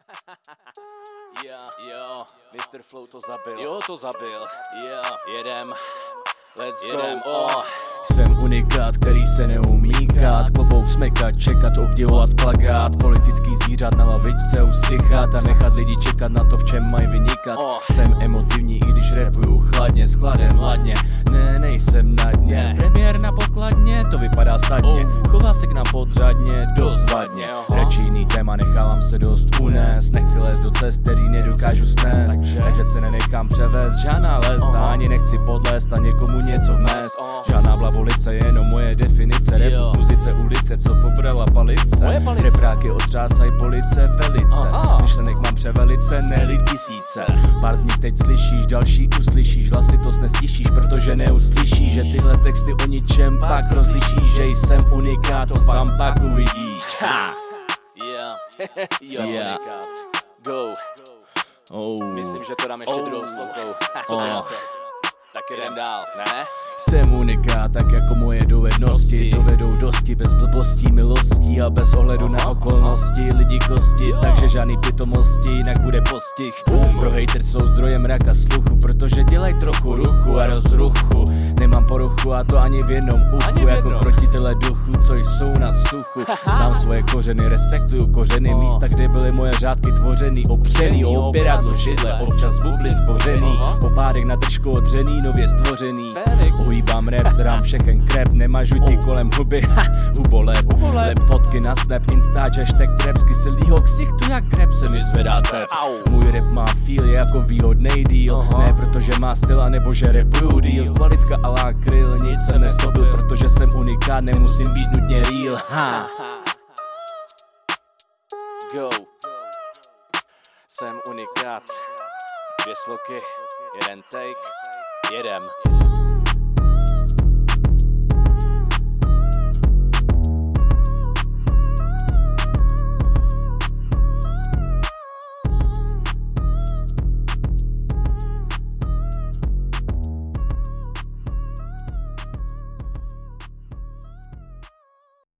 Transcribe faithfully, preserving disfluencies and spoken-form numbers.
Jo, jo, mister Flow to zabil. Jo, to zabil. Jo, jedem. Let's jedem, go. Oh. Jsem unikát, který se neumí kát, klobouk smekat, čekat, obdivovat plagát, politický zvířat na lavičce usychat a nechat lidi čekat na to, v čem mají vynikat. Oh. Jsem emotivní, i když rapuju chladně, s chladem hladně, ne, nejsem na dně. Premiér na pokladně, to vypadá statně, oh. Chová se k nám podřadně, dost vadně. Radši jiný téma, nechávám se dost unést, nechci lézt do cest, který nedokážu snést, takže, takže se nenechám převést, žádná lest, uh-huh. Ani nechci podlézt a někomu něco vmést, uh-huh. Žádná blabolice, jenom moje definice, repu, muzice, ulice, co pobrala palice, repráky otřásaj police velice, uh-huh. Myšlenek mám převelice, ne-li tisíce, pár z nich teď slyšíš, další uslyšíš, hlasitost neslyšíš, protože neuslyšíš, že tyhle texty o ničem pak rozlišíš, že jsem unikát, to sám pak uvidíš. Ha! Yeah. Jo, yeah. Unikát. Go. Oh. Myslím, že to dám ještě oh. druhou slokou. Oh. Tak jdem dál, ne? Jsem unikát, tak jako moje dovednosti dovedou dosti, bez blbostí, milostí a bez ohledu na okolnosti, lidi kosti, takže žádný pitomosti, jinak bude postih. Pro hejter jsou zdrojem raka sluchu, protože dělaj trochu ruchu a rozruchu. Nemám poruchu a to ani v jednom uchu, jako protitele duchu, co jsou na suchu. Znám svoje kořeny, respektuju kořeny, místa, kde byly moje řádky tvořený, opřený, opěradlo, židle, občas bublin zbořený, popádek na držku odřený, nově stvořený. Uhýbám rap, dám všechen krep, nemažu ti kolem huby, ha, hubolep, lep fotky na snap, instač, hashtag trap, z kyselýho ksichtu jak krep se mi zvedá tep. Můj rap má feel jako výhodnej deal, ne protože má styl, nebo že rapuju deal, kvalitka a la kryl, nic jsem nestopil, protože jsem unikát, nemusím být nutně real, ha. Go. Jsem unikát, dvě sloky, jeden take, jedem.